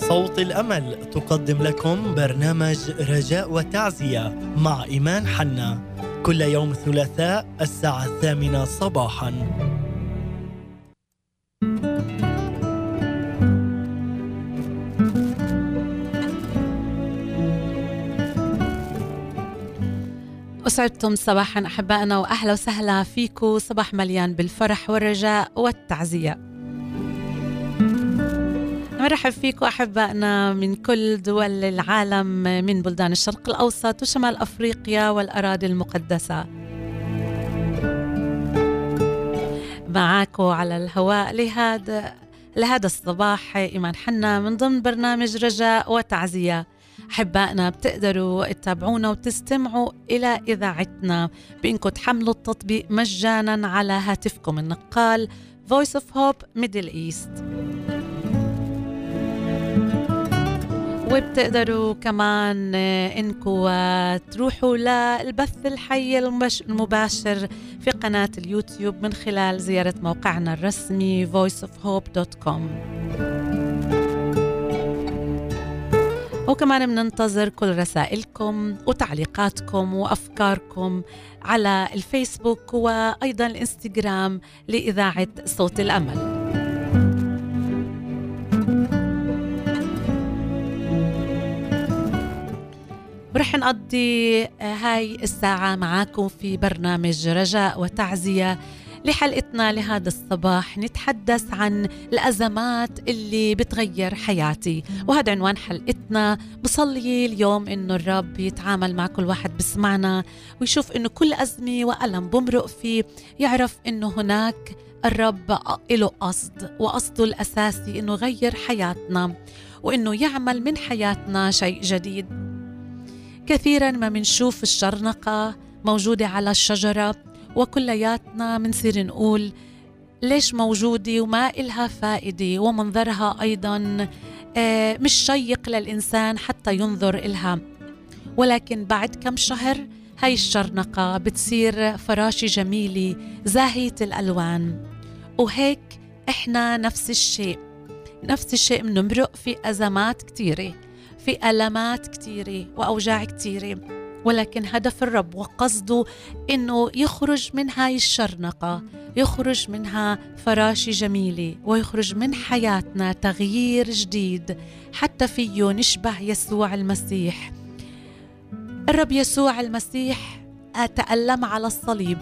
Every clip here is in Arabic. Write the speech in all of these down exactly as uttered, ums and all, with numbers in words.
صوت الأمل تقدم لكم برنامج رجاء وتعزية مع إيمان حنا كل يوم ثلاثاء الساعة الثامنة صباحاً. أسعدتم صباحاً أحبائنا وأهلا وسهلا فيكم. صباح مليان بالفرح والرجاء والتعزية. مرحب فيكم أحبائنا من كل دول العالم، من بلدان الشرق الأوسط وشمال أفريقيا والأراضي المقدسة. معاكم على الهواء لهذا لهذا الصباح إيمان حنا من ضمن برنامج رجاء وتعزية. أحبائنا بتقدروا تتابعونا وتستمعوا إلى إذاعتنا بإنكم تحملوا التطبيق مجانا على هاتفكم النقال Voice of Hope Middle East، وبتقدروا كمان إنكم تروحوا للبث الحي المباشر في قناة اليوتيوب من خلال زيارة موقعنا الرسمي voice of hope dot com. وكمان بننتظر كل رسائلكم وتعليقاتكم وأفكاركم على الفيسبوك وأيضا الإنستغرام لإذاعة صوت الأمل. ورح نقضي هاي الساعة معاكم في برنامج رجاء وتعزية. لحلقتنا لهذا الصباح نتحدث عن الأزمات اللي بتغير حياتي، وهذا عنوان حلقتنا. بصلي اليوم إنه الرب يتعامل مع كل واحد بسمعنا ويشوف إنه كل أزمة وألم بمرق فيه يعرف إنه هناك الرب له قصد، وقصده الأساسي إنه يغير حياتنا وإنه يعمل من حياتنا شيء جديد. كثيرا ما منشوف الشرنقة موجودة على الشجرة وكلياتنا منصير نقول ليش موجودة وما إلها فائدة، ومنظرها أيضا مش شيق للإنسان حتى ينظر إلها. ولكن بعد كم شهر هاي الشرنقة بتصير فراشة جميلة زاهية الألوان. وهيك إحنا نفس الشيء نفس الشيء بنمرق في أزمات كتيرة، في ألمات كتيرة وأوجاع كتيرة، ولكن هدف الرب وقصده إنه يخرج من هاي الشرنقة، يخرج منها فراشة جميلة، ويخرج من حياتنا تغيير جديد حتى فيه نشبه يسوع المسيح. الرب يسوع المسيح تألم على الصليب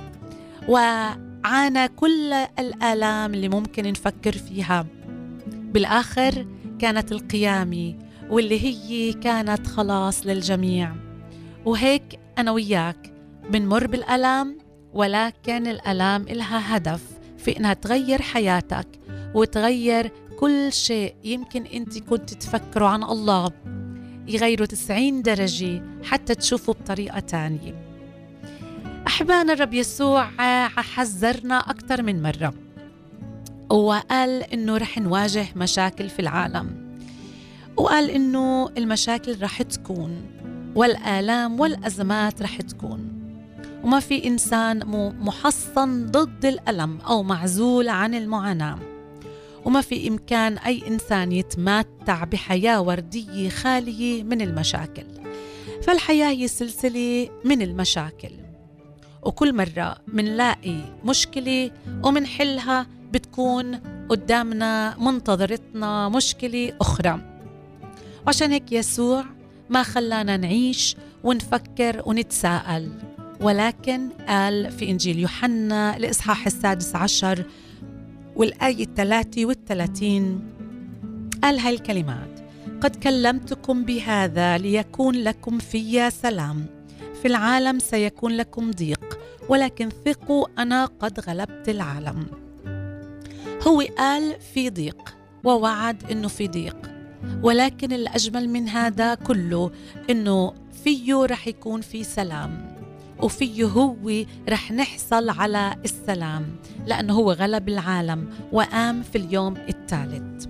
وعانى كل الآلام اللي ممكن نفكر فيها. بالآخر كانت القيامة واللي هي كانت خلاص للجميع. وهيك أنا وياك بنمر بالألام، ولكن الألام إلها هدف في إنها تغير حياتك وتغير كل شيء يمكن أنت كنت تفكره عن الله، يغيروا تسعين درجة حتى تشوفوا بطريقة تانية. أحبانا الرب يسوع حذرنا أكثر من مرة وقال إنه رح نواجه مشاكل في العالم، وقال إنه المشاكل رح تكون والآلام والأزمات رح تكون، وما في إنسان محصن ضد الألم أو معزول عن المعاناة، وما في إمكان أي إنسان يتمتع بحياة وردية خالية من المشاكل. فالحياة هي سلسلة من المشاكل، وكل مرة منلاقي مشكلة ومنحلها بتكون قدامنا منتظرتنا مشكلة أخرى. وعشان هيك يسوع ما خلانا نعيش ونفكر ونتساءل، ولكن قال في إنجيل يوحنا الإصحاح السادس عشر والآية الثلاثة والثلاثين، قال هاي الكلمات: قد كلمتكم بهذا ليكون لكم في سلام، في العالم سيكون لكم ضيق، ولكن ثقوا أنا قد غلبت العالم. هو قال في ضيق ووعد إنه في ضيق، ولكن الأجمل من هذا كله إنه فيه رح يكون في سلام، وفيه هو رح نحصل على السلام، لأنه هو غلب العالم وقام في اليوم الثالث.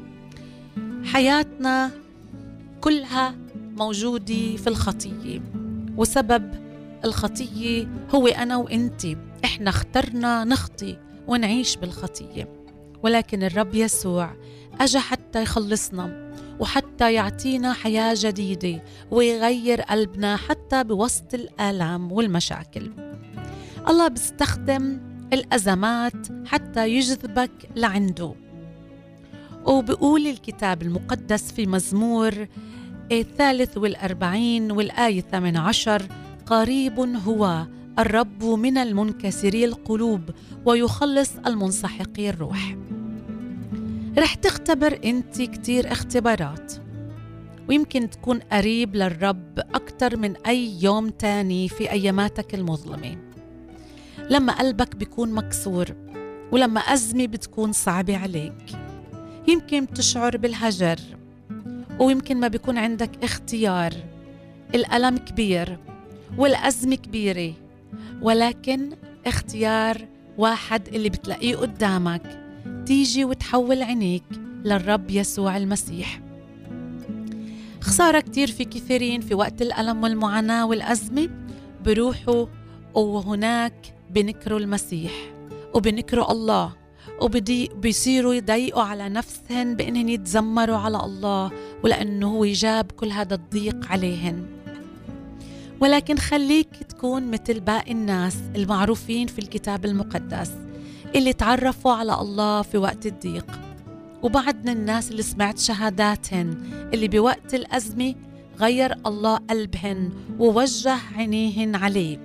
حياتنا كلها موجودة في الخطية، وسبب الخطية هو أنا وإنتي. إحنا اخترنا نخطي ونعيش بالخطية، ولكن الرب يسوع أجا حتى يخلصنا وحتى يعطينا حياة جديدة ويغير قلبنا حتى بوسط الآلام والمشاكل. الله بيستخدم الأزمات حتى يجذبك لعنده. وبيقول الكتاب المقدس في مزمور الثالث والأربعين والآية الثامنة عشر: قريب هو الرب من المنكسري القلوب ويخلص المنسحقي الروح. رح تختبر انت كتير اختبارات، ويمكن تكون قريب للرب أكتر من أي يوم تاني في أياماتك المظلمة، لما قلبك بيكون مكسور، ولما أزمة بتكون صعبة عليك. يمكن تشعر بالهجر، ويمكن ما بيكون عندك اختيار. الألم كبير والأزمة كبيرة، ولكن اختيار واحد اللي بتلاقيه قدامك: تيجي وتحول عينيك للرب يسوع المسيح. خسارة كتير في كثيرين في وقت الألم والمعاناة والأزمة بروحوا وهناك بنكروا المسيح وبنكروا الله، وبيصيروا يضيقوا على نفسهن بأنهن يتذمروا على الله ولأنه هو جاب كل هذا الضيق عليهن. ولكن خليك تكون مثل باقي الناس المعروفين في الكتاب المقدس اللي تعرفوا على الله في وقت الضيق، وبعض من الناس اللي سمعت شهاداتهن اللي بوقت الأزمة غير الله قلبهن ووجه عينيهن عليه.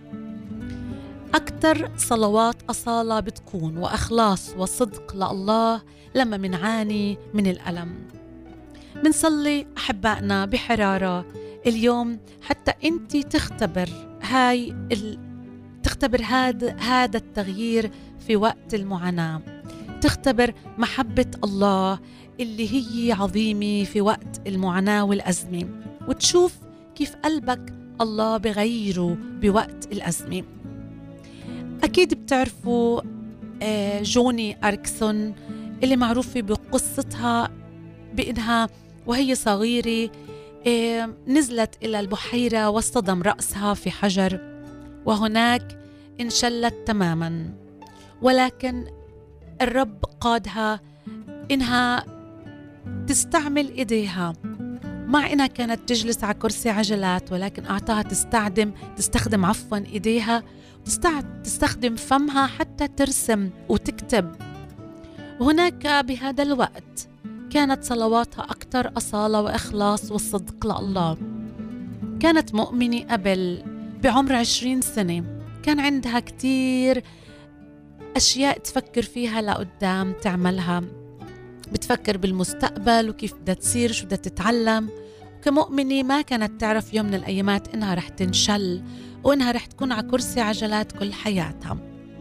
أكتر صلوات أصالة بتكون وأخلاص وصدق لله لما منعاني من الألم. منصلي أحبائنا بحرارة اليوم حتى أنت تختبر هاي ال... تختبر هذا هذا التغيير في وقت المعاناة، تختبر محبة الله اللي هي عظيمة في وقت المعاناة والأزمة، وتشوف كيف قلبك الله بغيره بوقت الأزمة. أكيد بتعرفوا جوني أريكسون اللي معروفة بقصتها بأنها وهي صغيرة نزلت إلى البحيرة واصطدم رأسها في حجر، وهناك انشلت تماما، ولكن الرب قادها إنها تستعمل إيديها، مع إنها كانت تجلس على كرسي عجلات، ولكن أعطاها تستخدم تستخدم عفوا إيديها، تستخدم فمها حتى ترسم وتكتب. وهناك بهذا الوقت كانت صلواتها أكثر أصالة وإخلاص والصدق لله. كانت مؤمنة قبل بعمر عشرين سنة، كان عندها كتير أشياء تفكر فيها لقدام تعملها، بتفكر بالمستقبل وكيف بدها تصير، شو بدها تتعلم. كمؤمنة ما كانت تعرف يوم من الأيامات إنها رح تنشل وإنها رح تكون على كرسي عجلات كل حياتها.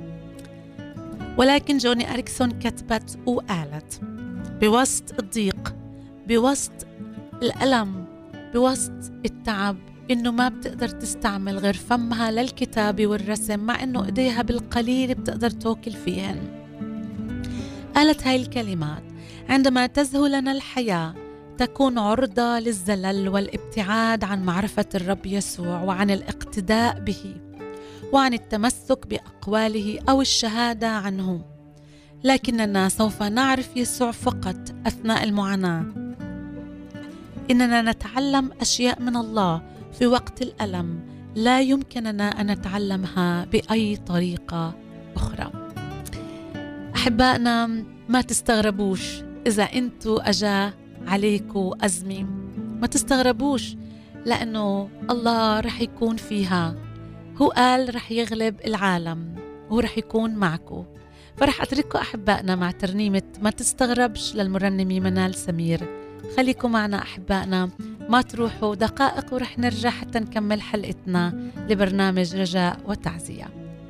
ولكن جوني أريكسون كتبت وقالت: بوسط الضيق، بوسط الألم، بوسط التعب، إنه ما بتقدر تستعمل غير فمها للكتابة والرسم، مع إنه إيديها بالقليل بتقدر توكل فيهن. قالت هاي الكلمات: عندما تزهو لنا الحياة تكون عرضة للزلل والابتعاد عن معرفة الرب يسوع وعن الاقتداء به وعن التمسك بأقواله أو الشهادة عنه، لكننا سوف نعرف يسوع فقط أثناء المعاناة. إننا نتعلم أشياء من الله في وقت الألم لا يمكننا أن نتعلمها بأي طريقة أخرى. أحبائنا، ما تستغربوش إذا أنتوا أجا عليكوا أزمة، ما تستغربوش، لأنه الله رح يكون فيها. هو قال رح يغلب العالم وهو رح يكون معكوا. فرح أترككم أحبائنا مع ترنيمة ما تستغربش للمرنمة منال سمير. خليكم معنا أحبائنا، ما تروحوا دقائق ورح نرجع حتى نكمل حلقتنا لبرنامج رجاء وتعزية.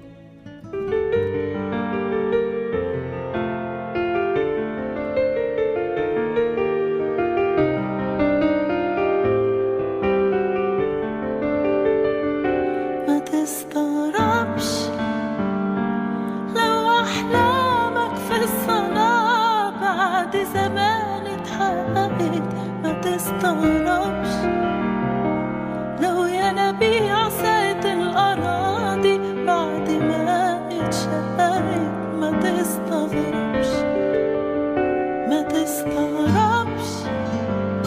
تستغربش لو يا نبي عصيت الأراضي بعد ما اتشققت. ما تستغربش ما تستغربش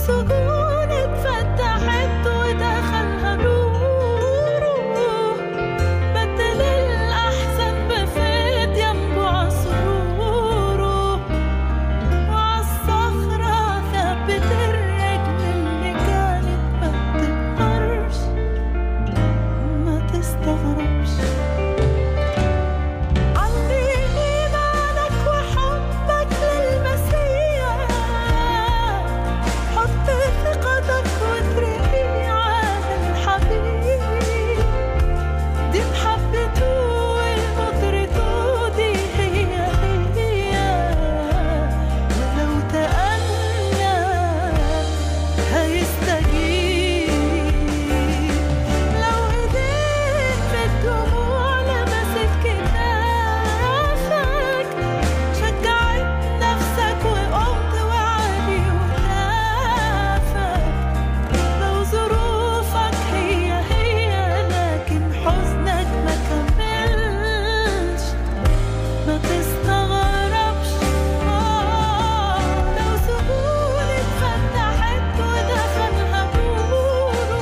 سجون اتفتحت ودخلها نوره، بدل الأحزان بفيض ينبوع سروره، وعالصخرة ثبت الرجل اللي كانت ما بتقدرش. ما تستغربش، علمني إيمانك وحبك للمسيح، حط ثقتك واتركي على الحبيب، دي محبته ومطرته دي هي هي، ولو تأنى هيستجيب، لو ايديك في الدموع لمست كتافك، شجعت نفسك وقمت وعادي وكافك، لو ظروفك هي هي لكن حزنك ما كملش، ما تستغربش. آه لو سجون اتفتحت ودخلها نوره،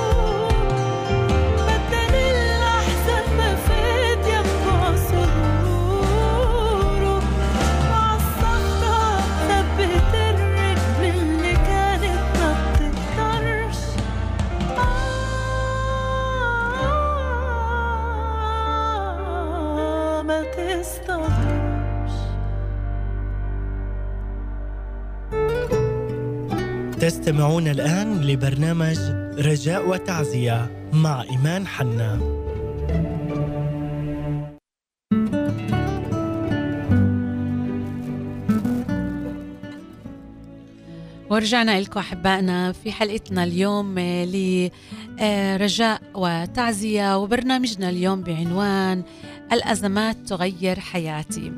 بدل الأحزان بفيض ينبوع سروره، وعالصخرة ثبت الرجل اللي كانت ما بتقدرش. آه ما تستغربش. تستمعون الآن لبرنامج رجاء وتعزية مع إيمان حنا. ورجعنا لكم أحبائنا في حلقتنا اليوم لرجاء وتعزية، وبرنامجنا اليوم بعنوان الأزمات تغير حياتي.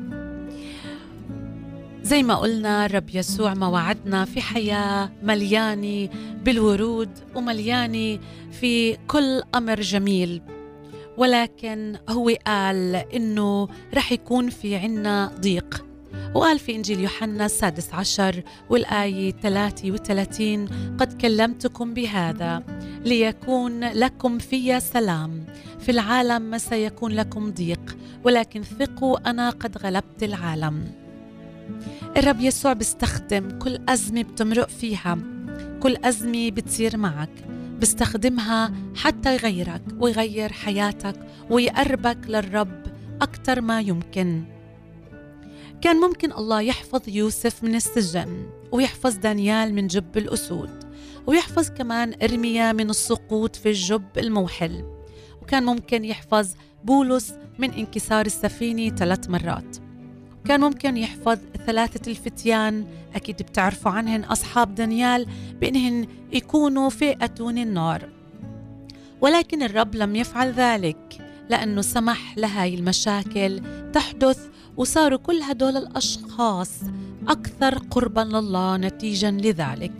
زي ما قلنا الرب يسوع ما وعدنا في حياة مليانة بالورود ومليانة في كل أمر جميل، ولكن هو قال إنه رح يكون في عنا ضيق. وقال في إنجيل يوحنا السادس عشر والآية ثلاثة وثلاثين: قد كلمتكم بهذا ليكون لكم في سلام، في العالم سيكون لكم ضيق، ولكن ثقوا أنا قد غلبت العالم. الرب يسوع بيستخدم كل أزمة بتمرق فيها، كل أزمة بتصير معك بيستخدمها حتى يغيرك ويغير حياتك ويقربك للرب أكتر ما يمكن. كان ممكن الله يحفظ يوسف من السجن، ويحفظ دانيال من جب الأسود، ويحفظ كمان إرميا من السقوط في الجب الموحل، وكان ممكن يحفظ بولس من انكسار السفينة ثلاث مرات، كان ممكن يحفظ ثلاثة الفتيان أكيد بتعرفوا عنهن أصحاب دانيال بأنهن يكونوا في أتون النار. ولكن الرب لم يفعل ذلك، لأنه سمح لهاي المشاكل تحدث، وصاروا كل هدول الأشخاص أكثر قرباً لله نتيجاً لذلك.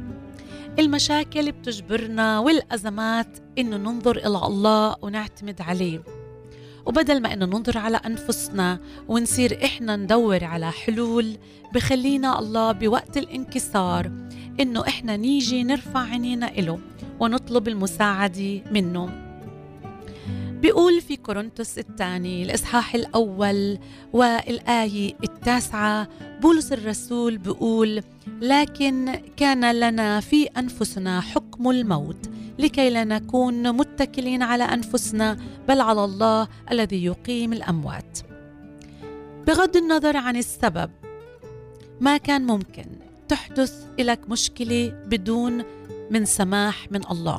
المشاكل بتجبرنا والأزمات إنه ننظر إلى الله ونعتمد عليه، وبدل ما إنه ننظر على أنفسنا ونصير إحنا ندور على حلول، بخلينا الله بوقت الانكسار إنه إحنا نيجي نرفع عينينا إله ونطلب المساعدة منه. بيقول في كورنثوس الثاني الإصحاح الأول والآية التاسعة بولس الرسول بيقول: لكن كان لنا في أنفسنا حكم الموت، لكي لا نكون متكلين على أنفسنا بل على الله الذي يقيم الأموات. بغض النظر عن السبب، ما كان ممكن تحدث لك مشكلة بدون من سماح من الله.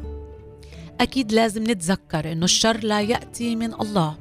أكيد لازم نتذكر إنه الشر لا يأتي من الله،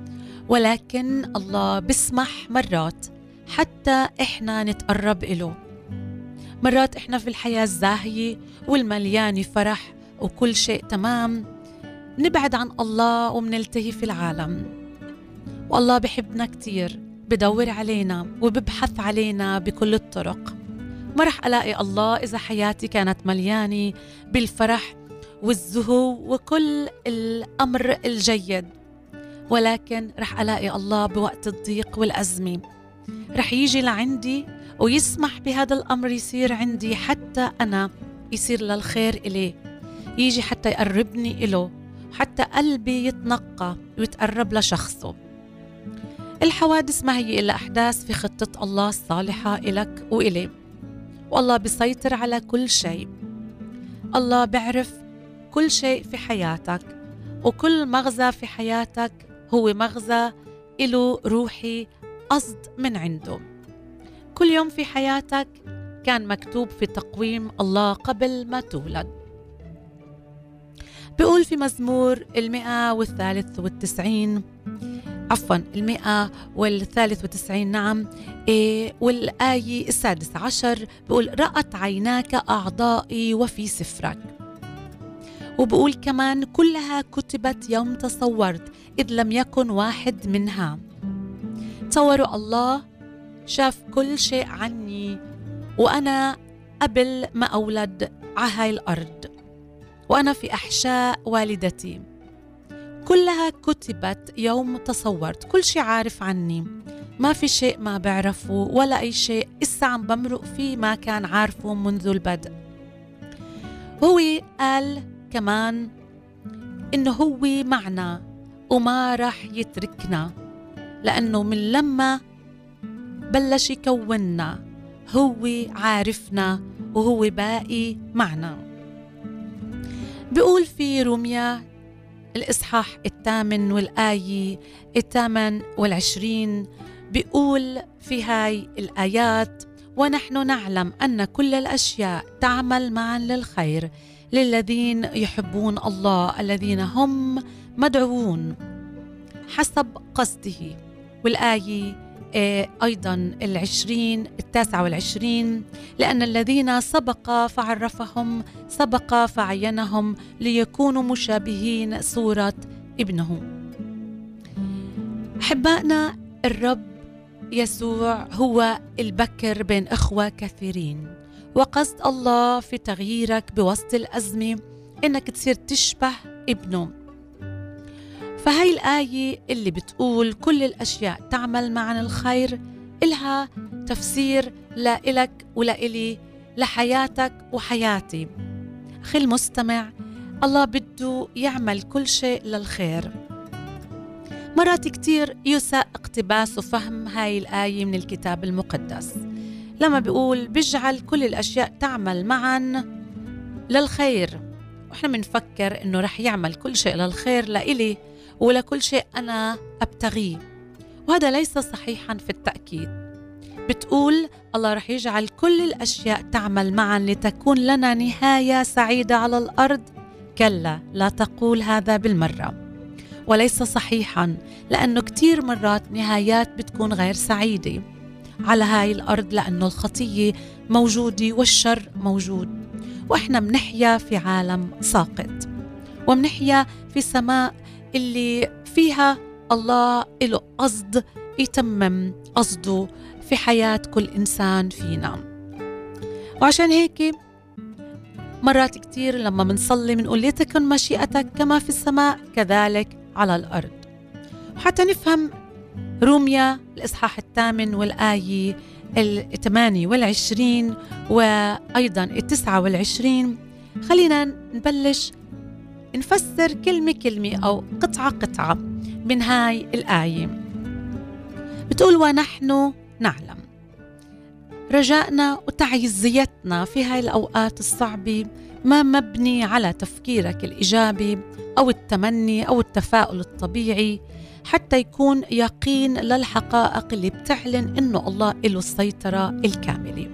ولكن الله بسمح مرات حتى إحنا نتقرب إله. مرات إحنا في الحياة الزاهية والمليانة فرح وكل شيء تمام نبعد عن الله ومنلتهي في العالم، والله بحبنا كتير، بدور علينا وببحث علينا بكل الطرق. ما رح ألاقي الله إذا حياتي كانت مليانة بالفرح والزهو وكل الأمر الجيد، ولكن رح ألاقي الله بوقت الضيق والأزمة، رح يجي لعندي ويسمح بهذا الأمر يصير عندي حتى أنا يصير للخير إليه، يجي حتى يقربني إله، حتى قلبي يتنقى ويتقرب لشخصه. الحوادث ما هي إلا أحداث في خطة الله الصالحة إلك وإليه، والله بيسيطر على كل شيء. الله بيعرف كل شيء في حياتك، وكل مغزى في حياتك هو مغزى إله روحي، قصد من عنده. كل يوم في حياتك كان مكتوب في تقويم الله قبل ما تولد. بيقول في مزمور المئة والثالث والتسعين عفوا المئة والثالث والتسعين نعم إيه والآية السادس عشر بيقول رأت عيناك أعضائي وفي سفرك. وبقول كمان كلها كتبت يوم تصورت إذ لم يكن واحد منها. تصوروا الله شاف كل شيء عني وأنا قبل ما أولد على هاي الأرض، وأنا في أحشاء والدتي، كلها كتبت يوم تصورت. كل شيء عارف عني، ما في شيء ما بعرفه ولا أي شيء إسا عم بمرق فيه ما كان عارفه منذ البدء. هو قال كمان إنه هو معنا وما رح يتركنا، لأنه من لما بلش يكوننا هو عارفنا وهو باقي معنا. بيقول في روميا الإصحاح الثامن والآية الثامن والعشرين، بيقول في هاي الآيات ونحن نعلم أن كل الأشياء تعمل معا للخير للذين يحبون الله الذين هم مدعوون حسب قصده. والآية أيضا العشرين التاسع والعشرين لأن الذين سبق فعرفهم سبق فعينهم ليكونوا مشابهين صورة ابنه. أحبائنا، الرب يسوع هو البكر بين إخوة كثيرين، وقصد الله في تغييرك بوسط الأزمة إنك تصير تشبه ابنه. فهاي الآية اللي بتقول كل الأشياء تعمل معا الخير إلها تفسير لا إلك ولا إلي، لحياتك وحياتي. أخي المستمع، الله بده يعمل كل شيء للخير. مرات كتير يساء اقتباس وفهم هاي الآية من الكتاب المقدس لما بيقول بيجعل كل الأشياء تعمل معا للخير، وإحنا منفكر إنه رح يعمل كل شيء للخير لإلي ولا كل شيء أنا أبتغيه، وهذا ليس صحيحا في التأكيد. بتقول الله رح يجعل كل الأشياء تعمل معا لتكون لنا نهاية سعيدة على الأرض. كلا، لا تقول هذا بالمرة، وليس صحيحا، لأنه كتير مرات نهايات بتكون غير سعيدة على هاي الأرض، لأنه الخطية موجودة والشر موجود، وإحنا منحيا في عالم ساقط، ومنحيا في سماء اللي فيها الله له قصد يتمم قصده في حياة كل إنسان فينا. وعشان هيك مرات كتير لما منصلي منقول لتكن مشيئتك كما في السماء كذلك على الأرض. وحتى نفهم روميا الإصحاح الثامن والآية الثمانية والعشرين وأيضا التسعة والعشرين، خلينا نبلش نفسر كلمة كلمة أو قطعة قطعة من هاي الآية. بتقول ونحن نعلم. رجائنا وتعزيتنا في هاي الأوقات الصعبة ما مبني على تفكيرك الإيجابي أو التمني أو التفاؤل الطبيعي، حتى يكون يقين للحقائق اللي بتعلن إنه الله له السيطرة الكاملة.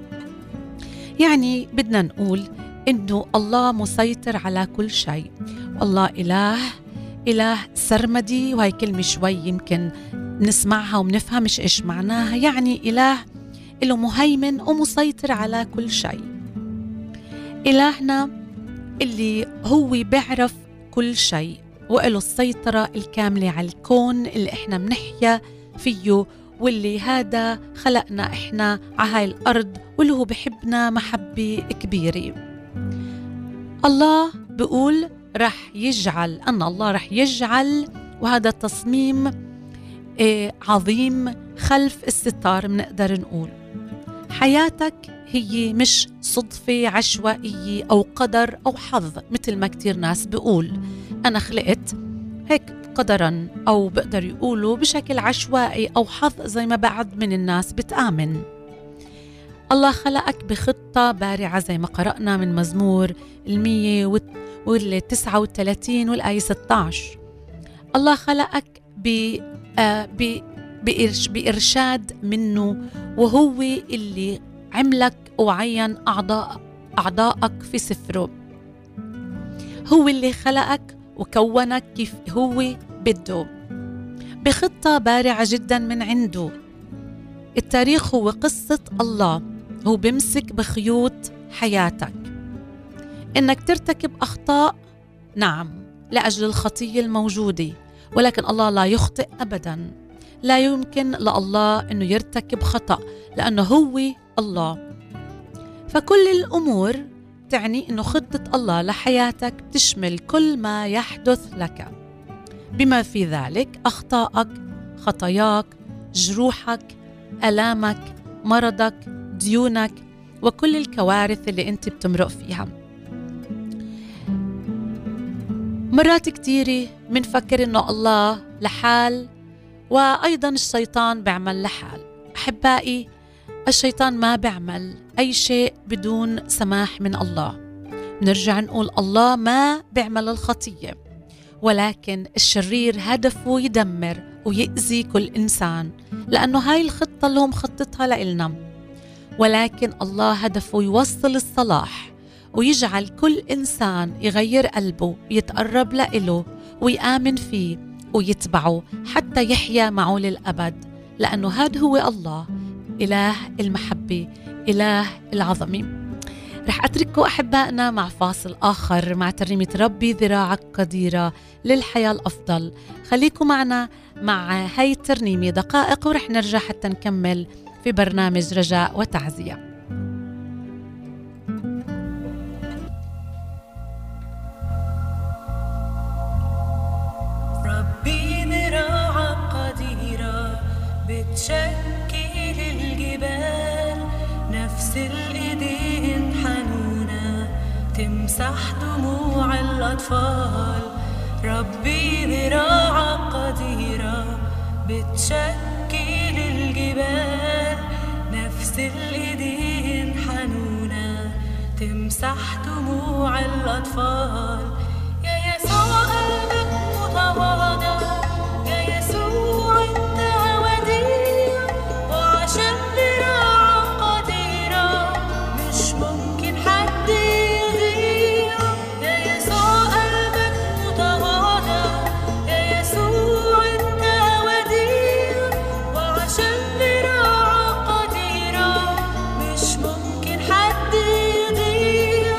يعني بدنا نقول إنه الله مسيطر على كل شيء، والله إله إله سرمدي، وهي كلمة شوي يمكن نسمعها ومنفهمش إيش معناها. يعني إله له مهيمن ومسيطر على كل شيء. إلهنا اللي هو بيعرف كل شيء وله السيطرة الكاملة على الكون اللي إحنا منحيا فيه، واللي هذا خلقنا إحنا على هاي الأرض، واللي هو بحبنا محبة كبيرة. الله بيقول رح يجعل أن الله رح يجعل، وهذا تصميم عظيم خلف الستار، منقدر نقول حياتك هي مش صدفة عشوائية أو قدر أو حظ مثل ما كتير ناس بيقول أنا خلقت هيك قدراً، أو بقدر يقولوا بشكل عشوائي أو حظ زي ما بعض من الناس بتآمن. الله خلقك بخطة بارعة زي ما قرأنا من مزمور المية والتسعة والثلاثين والآية ستة عشر. الله خلقك ب آه ب بإرش بإرشاد منه، وهو اللي عملك وعين أعضاء أعضائك في سفره. هو اللي خلقك وكونك كيف هو بده بخطة بارعة جدا من عنده. التاريخ هو قصة الله، هو بيمسك بخيوط حياتك. إنك ترتكب أخطاء، نعم، لأجل الخطية الموجودة، ولكن الله لا يخطئ أبدا. لا يمكن لله أنه يرتكب خطأ لأنه هو الله. فكل الأمور تعني أنه خطة الله لحياتك تشمل كل ما يحدث لك، بما في ذلك أخطائك، خطاياك، جروحك، ألامك، مرضك، ديونك، وكل الكوارث اللي أنت بتمرق فيها. مرات كتيرة منفكر أنه الله لحال، وأيضا الشيطان بيعمل لحال. أحبائي، الشيطان ما بيعمل أي شيء بدون سماح من الله. نرجع نقول الله ما بيعمل الخطية، ولكن الشرير هدفه يدمر ويأذي كل إنسان، لأنه هاي الخطة اللي هم خطتها لإلنا. ولكن الله هدفه يوصل الصلاح ويجعل كل إنسان يغير قلبه، يتقرب لإله ويآمن فيه ويتبعه حتى يحيا معه للأبد، لأنه هذا هو الله، إله المحبة، إله العظمة. رح أترككم أحبائنا مع فاصل آخر مع ترنيمة ربي ذراعك قديرة للحياة الأفضل. خليكم معنا مع هاي الترنيمة دقائق، ورح نرجع حتى نكمل في برنامج رجاء وتعزية. ربي ذراعك قديرة بتشكل الجبال، نفس الإيدين حنونة تمسح دموع الأطفال. ربي ذراعك قديرة بتشكل الجبال، نفس الإيدين حنونة تمسح دموع الأطفال. يا يسوع قلبك متواضع، يا يسوع انت وديع، وعشان ذراعك قديرة مش ممكن حد يضيع. يا يسوع قلبك متواضع، يا يسوع انت وديع، وعشان ذراعك قديرة مش ممكن حد يضيع.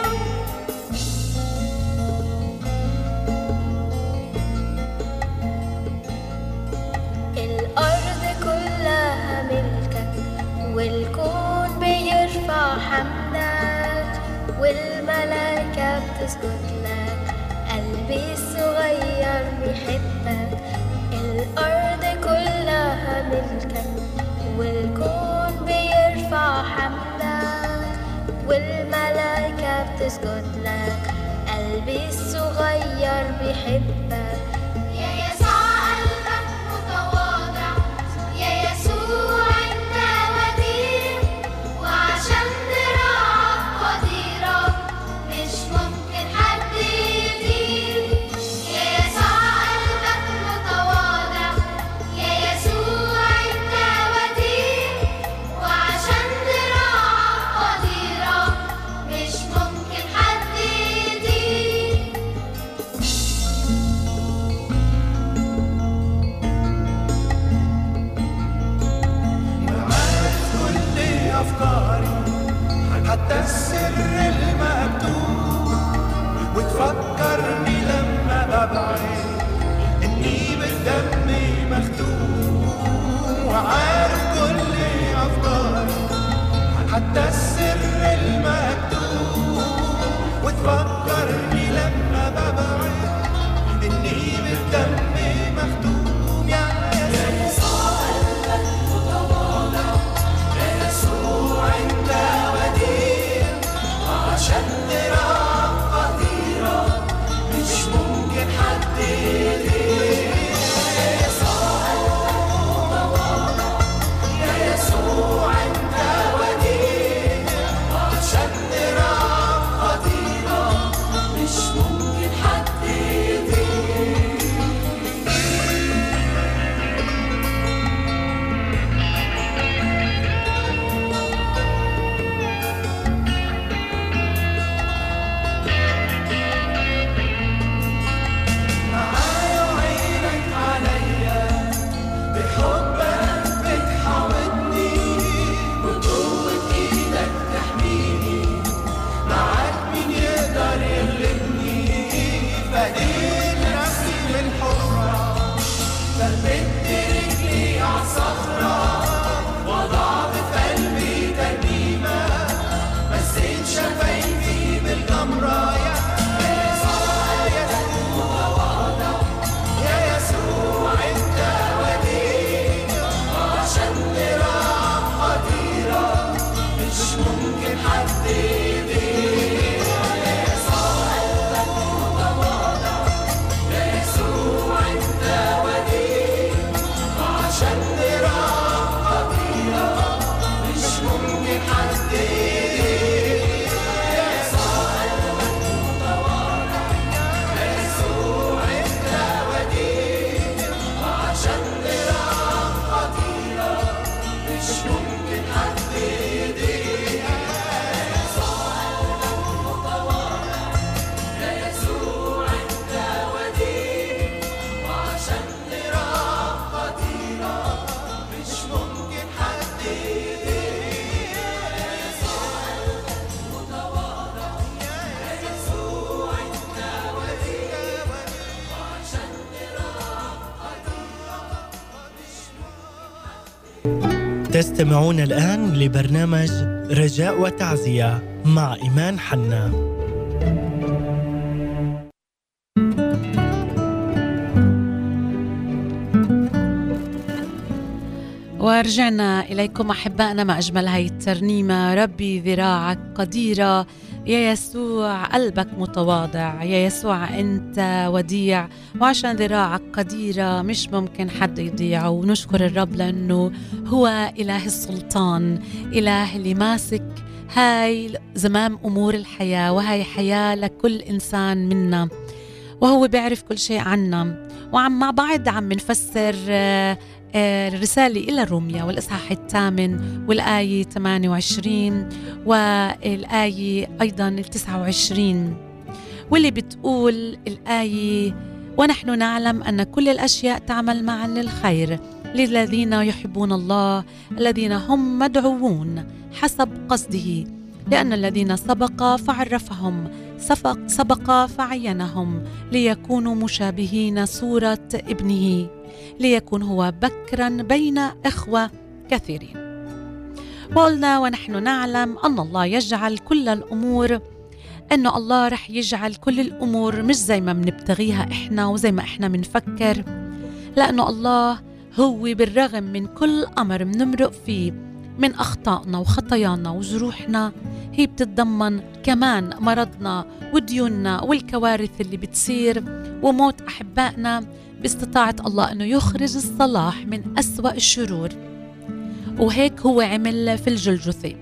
الأرض كلها ملكك، والكون بيرفع حمدك، والملائكة بتسجد لك، قلبي الصغير بيحبك. الأرض كلها ملكك، والكون بيرفع حمدك، والملائكة بتسجد لك، قلبي الصغير بيحبك. يا يسوع قلبك متواضع، يا يسوع انت وديع، وعشان ذراعك قديرة مش ممكن حد يطير. يا يسوع قلبك متواضع، يا يسوع انت وديع، وعشان ذراعك قديرة مش ممكن حد يطير. حمراء يا يسوع متواضع يا يسوع انت وديع وعشان ذراعك قديرة مش ممكن حد يضيع يا يسوع قلبك متواضع يا يسوع انت وديع وعشان ذراعك قديرة مش ممكن حد يضيع يا يسوع قلبك متواضع يا يسوع انت وديع وعشان ذراعك قديرة مش ممكن حد يضيع يا يسوع قلبك متواضع يا يسوع انت وديع وعشان ذراعك قديرة مش ممكن حد يضيع يا يسوع قلبك متواضع يا يسوع انت وديع وعشان ذراعك قديرة. تستمعون الآن لبرنامج رجاء وتعزية مع إيمان حنا. ورجعنا إليكم أحبائنا مع أجمل هاي الترنيمة. ربي ذراعك قديرة يا يسوع قلبك متواضع يا يسوع أنت وديع وعشان ذراعك قديرة مش ممكن حد يضيع. ونشكر الرب لأنه هو إله السلطان، إله اللي ماسك هاي زمام أمور الحياة، وهاي حياة لكل إنسان منا، وهو بيعرف كل شيء عنا. وعم مع بعض عم نفسر الرسالة إلى الرومية والإصحاح الثامن والآية ثمانية وعشرين والآية أيضا التسعة وعشرين، واللي بتقول الآية: ونحن نعلم أن كل الأشياء تعمل معا للخير للذين يحبون الله الذين هم مدعوون حسب قصده، لأن الذين سبق فعرفهم سبق, سبق فعينهم ليكونوا مشابهين صورة ابنه ليكون هو بكرا بين إخوة كثيرين. وقلنا ونحن نعلم أن الله يجعل كل الأمور، أنه الله رح يجعل كل الأمور مش زي ما بنبتغيها إحنا وزي ما إحنا بنفكر، لأنه الله هو بالرغم من كل أمر بنمرق فيه من أخطائنا وخطايانا وجروحنا، هي بتتضمن كمان مرضنا وديوننا والكوارث اللي بتصير وموت أحبائنا، باستطاعة الله أنه يخرج الصلاح من أسوأ الشرور. وهيك هو عمل في الجلجثة.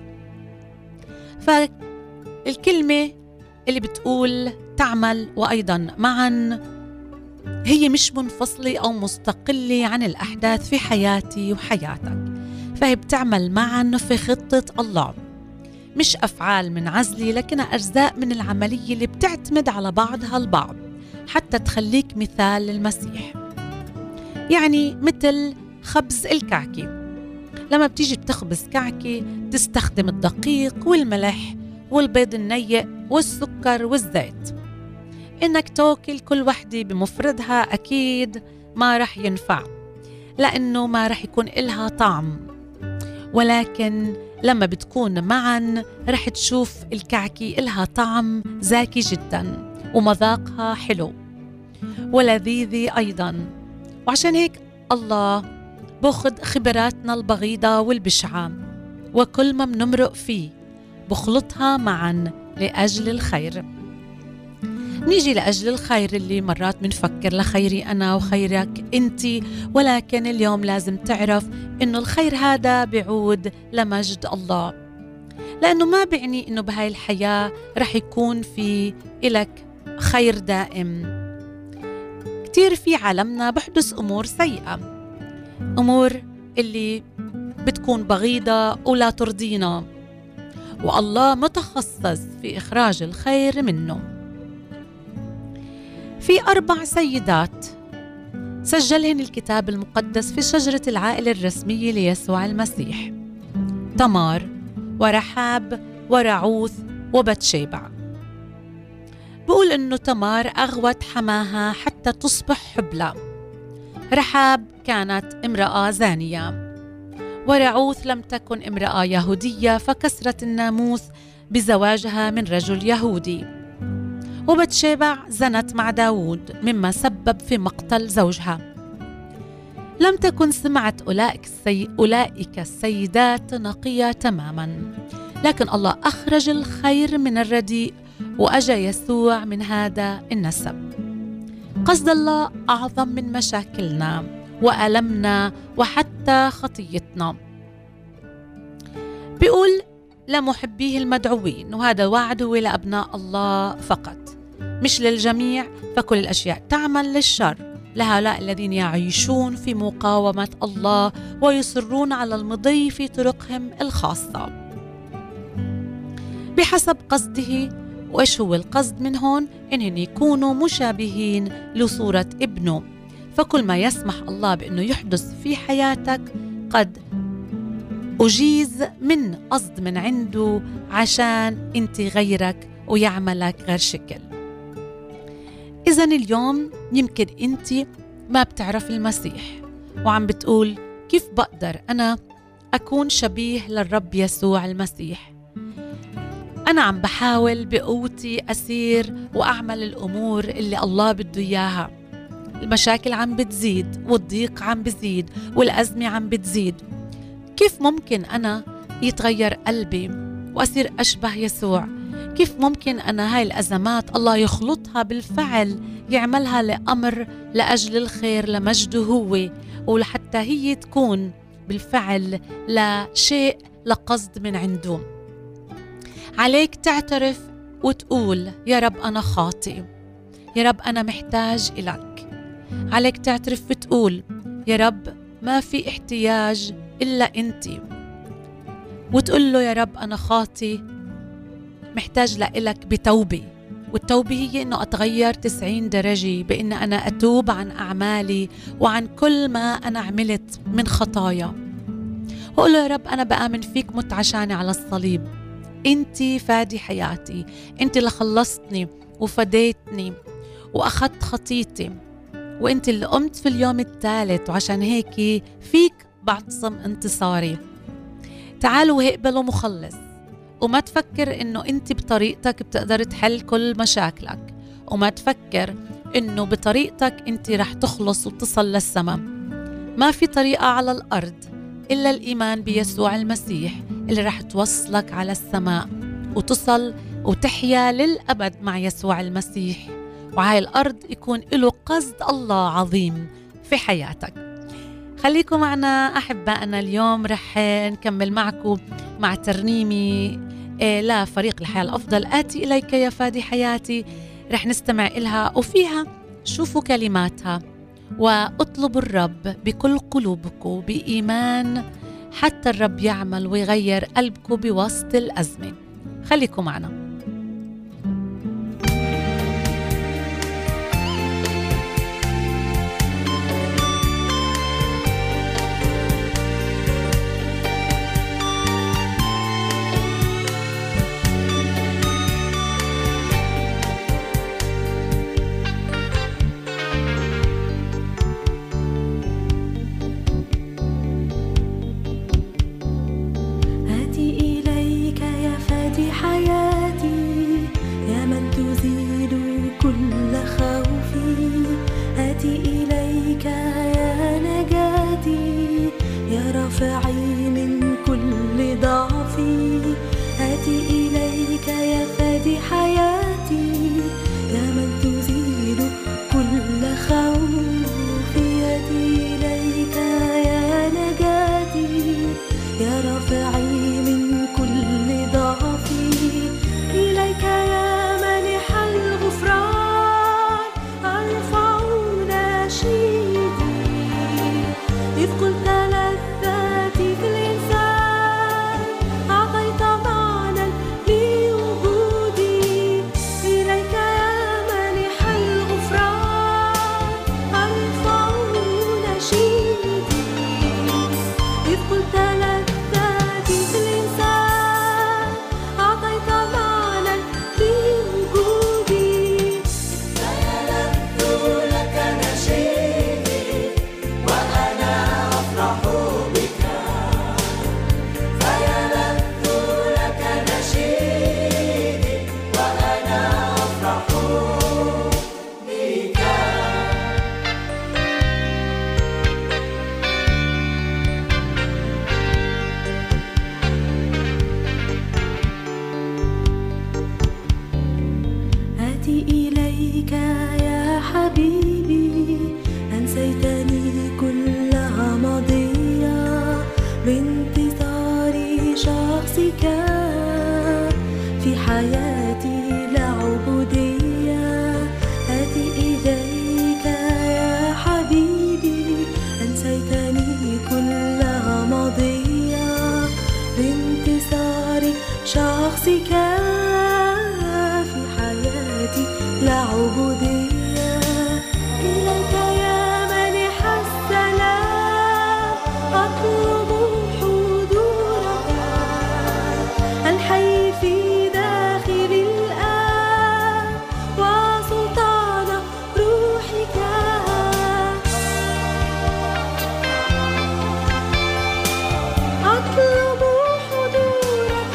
فالكلمة اللي بتقول تعمل وأيضا معا هي مش منفصلة أو مستقلة عن الأحداث في حياتي وحياتك، فهي بتعمل معا في خطة الله، مش أفعال منعزلة لكنها أجزاء من العملية اللي بتعتمد على بعضها البعض حتى تخليك مثال للمسيح. يعني مثل خبز الكعكة، لما بتيجي بتخبز كعكة تستخدم الدقيق والملح والبيض النيء والسكر والزيت. إنك تاكل كل وحدة بمفردها أكيد ما رح ينفع، لأنه ما رح يكون إلها طعم، ولكن لما بتكون معا رح تشوف الكعكة إلها طعم زاكي جدا ومذاقها حلو ولذيذ أيضا. وعشان هيك الله بأخذ خبراتنا البغيضة والبشعة وكل ما بنمرق فيه بخلطها معا لأجل الخير. نيجي لأجل الخير اللي مرات منفكر لخيري أنا وخيرك أنتي، ولكن اليوم لازم تعرف إنه الخير هذا بيعود لمجد الله، لأنه ما بيعني إنه بهاي الحياة رح يكون في إلك خير دائم. كتير في عالمنا بحدث أمور سيئة، أمور اللي بتكون بغيضة ولا ترضينا، والله متخصص في إخراج الخير منه. في أربع سيدات سجلهن الكتاب المقدس في شجرة العائلة الرسمية ليسوع المسيح: تمار ورحاب ورعوث وبتشيبع. بقول إنه تمار أغوت حماها حتى تصبح حبلى، رحاب كانت امرأة زانية، ورعوث لم تكن امرأة يهودية فكسرت الناموس بزواجها من رجل يهودي. وبتشيبع زنت مع داود مما سبب في مقتل زوجها. لم تكن سمعة أولئك, السي... أولئك السيدات نقية تماما، لكن الله أخرج الخير من الرديء وأجى يسوع من هذا النسب. قصد الله أعظم من مشاكلنا وألمنا وحتى خطيتنا. بيقول لمحبيه المدعوين، وهذا وعده لأبناء الله فقط مش للجميع، فكل الأشياء تعمل للشر لهؤلاء الذين يعيشون في مقاومة الله ويصرون على المضي في طرقهم الخاصة بحسب قصده. وإيش هو القصد من هون؟ إنهم يكونوا مشابهين لصورة ابنه. فكل ما يسمح الله بأنه يحدث في حياتك قد أجيز من قصد من عنده عشان أنت غيرك ويعملك غير شكل. إذن اليوم يمكن أنت ما بتعرف المسيح وعم بتقول كيف بقدر أنا أكون شبيه للرب يسوع المسيح؟ أنا عم بحاول بقوتي أسير وأعمل الأمور اللي الله بده إياها، المشاكل عم بتزيد والضيق عم بزيد والأزمة عم بتزيد. كيف ممكن أنا يتغير قلبي وأصير أشبه يسوع؟ كيف ممكن أنا هاي الأزمات الله يخلطها بالفعل يعملها لأمر لأجل الخير لمجده هو، ولحتى هي تكون بالفعل لشيء لقصد من عنده؟ عليك تعترف وتقول يا رب أنا خاطئ، يا رب أنا محتاج إلك. عليك تعترف وتقول يا رب ما في احتياج إلا أنت، وتقول له يا رب أنا خاطئ محتاج لإلك بتوبة. والتوبة هي إنه أتغير تسعين درجة، بإن أنا أتوب عن أعمالي وعن كل ما أنا عملت من خطايا، وأقول له يا رب أنا بآمن فيك مت عشاني على الصليب، أنت فادي حياتي، أنت اللي خلصتني وفديتني وأخذت خطيتي، وأنت اللي قمت في اليوم الثالث، وعشان هيك فيك بعتصم انتصاري. تعالوا اقبلوا مخلص، وما تفكر إنه أنت بطريقتك بتقدر تحل كل مشاكلك، وما تفكر إنه بطريقتك أنت رح تخلص وتصل للسماء. ما في طريقة على الأرض إلا الإيمان بيسوع المسيح اللي رح توصلك على السماء وتصل وتحيا للأبد مع يسوع المسيح، وهاي الأرض يكون له قصد الله عظيم في حياتك. خليكم معنا أحبائنا، اليوم رح نكمل معكم مع ترنيمي لا فريق الحياة الأفضل، آتي إليك يا فادي حياتي. رح نستمع إلها وفيها شوفوا كلماتها واطلبوا الرب بكل قلوبكم بإيمان حتى الرب يعمل ويغير قلبكم بوسط الأزمة. خليكم معنا. آتي إليك يا فادي حياتي، لعبودية إليك يا مانح السلام أطلب حضورك الحي في داخلي الآن وسلطان روحك أطلب حضورك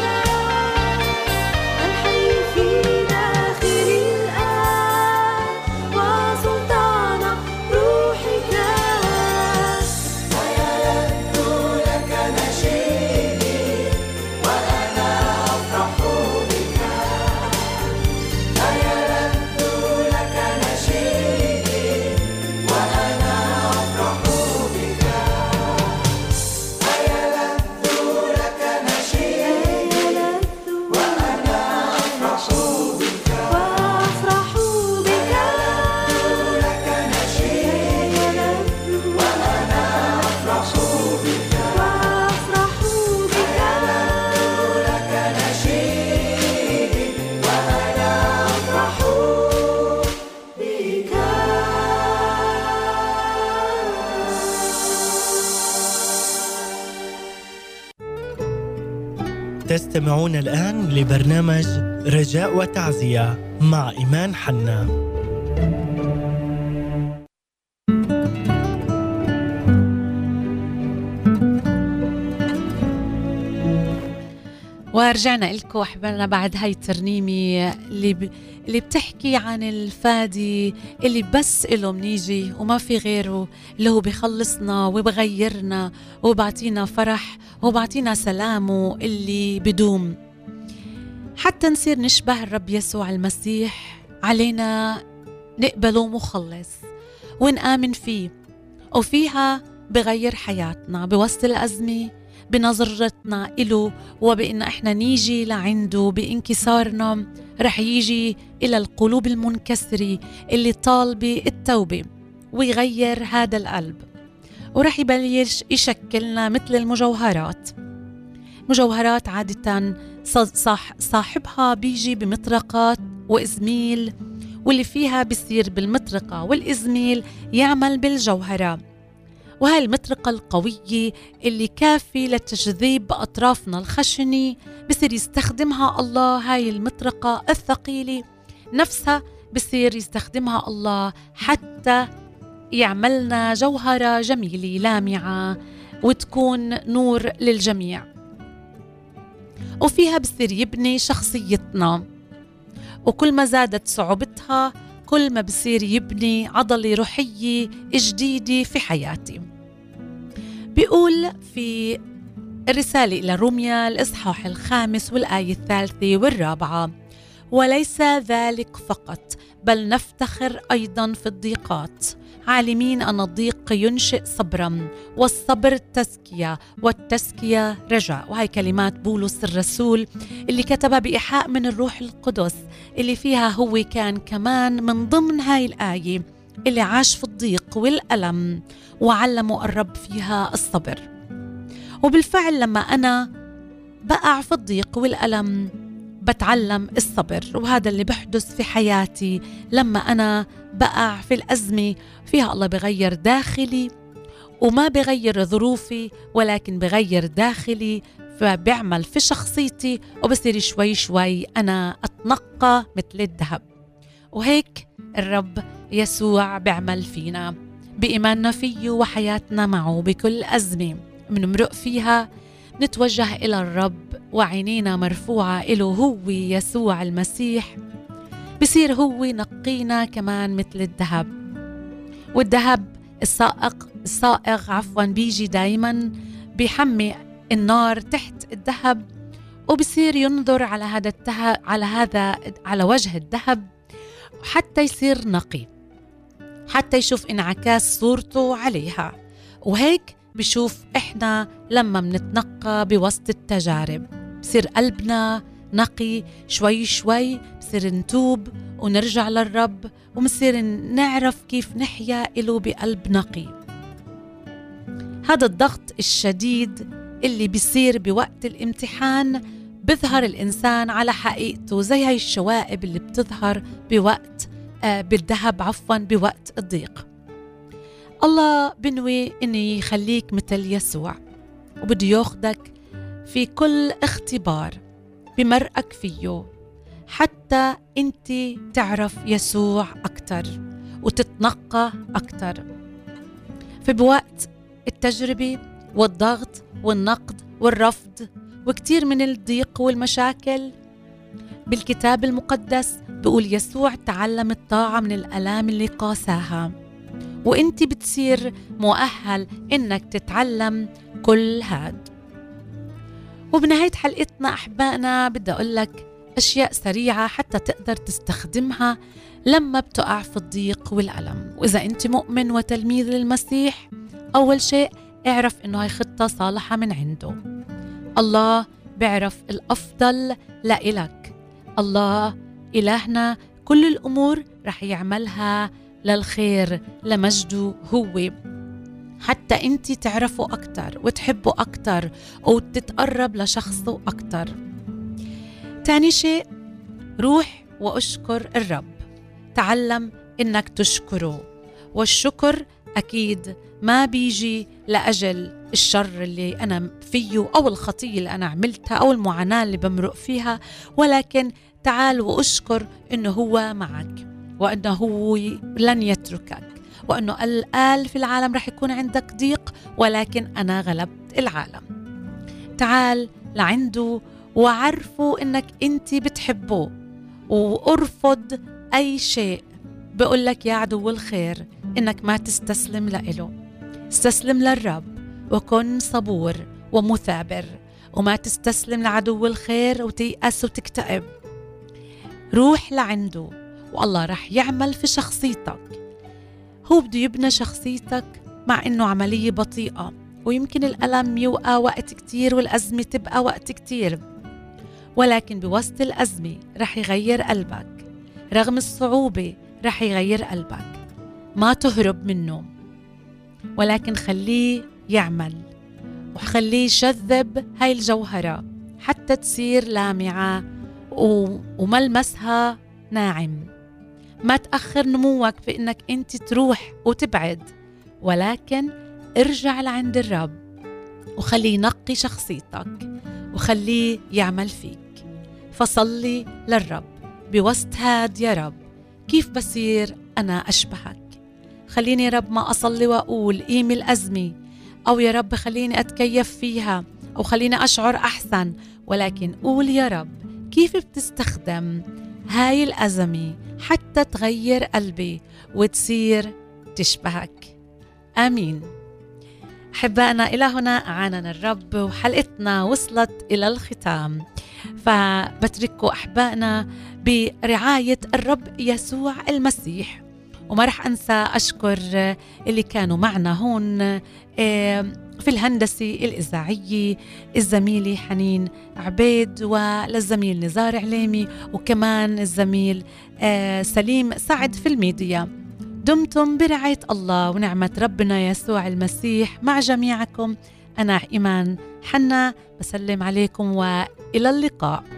الحي في داخلي الآن وسلطان روحك سيلد لك نشيدي وأنا أفرح بك سيلد لك نشيدي وأنا أفرح بك سيلد لك نشيدي وأنا أفرح بك وأفرح بك لك نشيدي وأنا أفرح بك وأفرح بك لك نشيدي وأنا أفرح بك تستمعون الآن لبرنامج رجاء وتعزية مع إيمان حنا. ورجعنا لكم أحبابنا بعد هاي الترنيمة اللي ب... اللي بتحكي عن الفادي اللي بس إله منيجي وما في غيره، اللي هو بيخلصنا وبغيرنا وبعطينا فرح وبعطينا سلامه اللي بدوم. حتى نصير نشبه الرب يسوع المسيح علينا نقبله مخلص ونآمن فيه، وفيها بغير حياتنا بوسط الأزمة بنظرتنا إله، وبإن إحنا نيجي لعنده بإنكسارنا رح يجي إلى القلوب المنكسرة اللي طالبة التوبة ويغير هذا القلب، ورح يبلش يشكلنا مثل المجوهرات. مجوهرات عادة صح صاحبها بيجي بمطرقات وإزميل، واللي فيها بيصير بالمطرقة والإزميل يعمل بالجوهرة، وهي المطرقة القوية اللي كافي لتجذيب أطرافنا الخشنة بصير يستخدمها الله. هاي المطرقة الثقيلة نفسها بصير يستخدمها الله حتى يعملنا جوهرة جميلة لامعة وتكون نور للجميع، وفيها بصير يبني شخصيتنا، وكل ما زادت صعوبتها كل ما بصير يبني عضلة روحية جديدة في حياتي. بيقول في الرسالة إلى روميا الإصحاح الخامس والآية الثالثة والرابعة: وليس ذلك فقط بل نفتخر أيضا في الضيقات، عالمين أن الضيق ينشئ صبرا، والصبر تزكية، والتزكية رجاء. وهي كلمات بولس الرسول اللي كتبها بإيحاء من الروح القدس، اللي فيها هو كان كمان من ضمن هاي الآية اللي عاش في الضيق والألم وعلموا الرب فيها الصبر. وبالفعل لما أنا بقع في الضيق والألم بتعلم الصبر، وهذا اللي بحدث في حياتي لما أنا بقع في الأزمة فيها الله بغير داخلي، وما بغير ظروفي ولكن بغير داخلي، فبيعمل في شخصيتي وبصير شوي شوي أنا أتنقى مثل الذهب. وهيك الرب يسوع بيعمل فينا بإيماننا فيه وحياتنا معه بكل أزمة منمرق فيها نتوجه إلى الرب وعينينا مرفوعة إله هو يسوع المسيح، بصير هو نقينا كمان مثل الذهب. والذهب الصائغ الصائغ عفوا بيجي دايما بيحمي النار تحت الذهب، وبصير ينظر على هذا الذهب على هذا على وجه الذهب حتى يصير نقي، حتى يشوف انعكاس صورته عليها. وهيك بشوف إحنا لما منتنقى بوسط التجارب بصير قلبنا نقي شوي شوي، بصير نتوب ونرجع للرب ومصير نعرف كيف نحيا إله بقلب نقي. هذا الضغط الشديد اللي بيصير بوقت الامتحان بيظهر الإنسان على حقيقته، زي هاي الشوائب اللي بتظهر بوقت آه بالذهب عفوا بوقت الضيق. الله بنوي إنه يخليك مثل يسوع، وبده ياخدك في كل اختبار بمرقك فيه حتى أنت تعرف يسوع أكتر وتتنقى أكتر. فبوقت التجربة والضغط والنقد والرفض وكتير من الضيق والمشاكل، بالكتاب المقدس بيقول يسوع تعلم الطاعة من الآلام اللي قاساها، وانت بتصير مؤهل انك تتعلم كل هاد. وبنهاية حلقتنا أحبائنا بدي أقول لك أشياء سريعة حتى تقدر تستخدمها لما بتقع في الضيق والألم. وإذا أنت مؤمن وتلميذ للمسيح، أول شيء اعرف إنه هاي خطة صالحة من عنده. الله بيعرف الأفضل لإلك. الله إلهنا كل الأمور رح يعملها للخير لمجده هو، حتى أنت تعرفه أكتر وتحبه أكتر وتتقرب لشخصه أكتر. تاني شيء، روح وأشكر الرب. تعلم إنك تشكره، والشكر أكيد ما بيجي لأجل الشر اللي أنا فيه أو الخطية اللي أنا عملتها أو المعاناة اللي بمرق فيها، ولكن تعال وأشكر إنه هو معك، وأنه هو لن يتركك، وأنه قال في العالم رح يكون عندك ضيق ولكن أنا غلبت العالم. تعال لعنده وعرفوا إنك أنت بتحبه، وأرفض أي شيء بقول لك يا عدو الخير إنك ما تستسلم لإله. استسلم للرب وكن صبور ومثابر، وما تستسلم لعدو الخير وتيأس وتكتئب. روح لعنده والله رح يعمل في شخصيتك. هو بده يبنى شخصيتك، مع إنه عملية بطيئة، ويمكن الألم يوقع وقت كتير والأزمة تبقى وقت كتير، ولكن بوسط الأزمة رح يغير قلبك. رغم الصعوبة رح يغير قلبك. ما تهرب منه، ولكن خليه يعمل، وخليه يجذب هاي الجوهرة حتى تصير لامعة وملمسها ناعم. ما تأخر نموك بإنك أنت تروح وتبعد، ولكن ارجع لعند الرب وخليه ينقي شخصيتك وخليه يعمل فيك. فصلي للرب بوسط هاد، يا رب كيف بصير أنا أشبهك؟ خليني يا رب ما أصلي وأقول قيمي الأزمة، أو يا رب خليني أتكيف فيها، أو خليني أشعر أحسن، ولكن قول يا رب كيف بتستخدم هاي الأزمة حتى تغير قلبي وتصير تشبهك. آمين. أحبائنا، إلى هنا أعاننا الرب وحلقتنا وصلت إلى الختام، فبترككم أحبائنا برعاية الرب يسوع المسيح. وما رح أنسى أشكر اللي كانوا معنا هون في الهندسة الإذاعية، الزميلة حنين عبيد، وللزميل نزار عليمي، وكمان الزميل سليم سعد في الميديا. دمتم برعاية الله ونعمة ربنا يسوع المسيح مع جميعكم. أنا إيمان حنا بسلم عليكم وإلى اللقاء.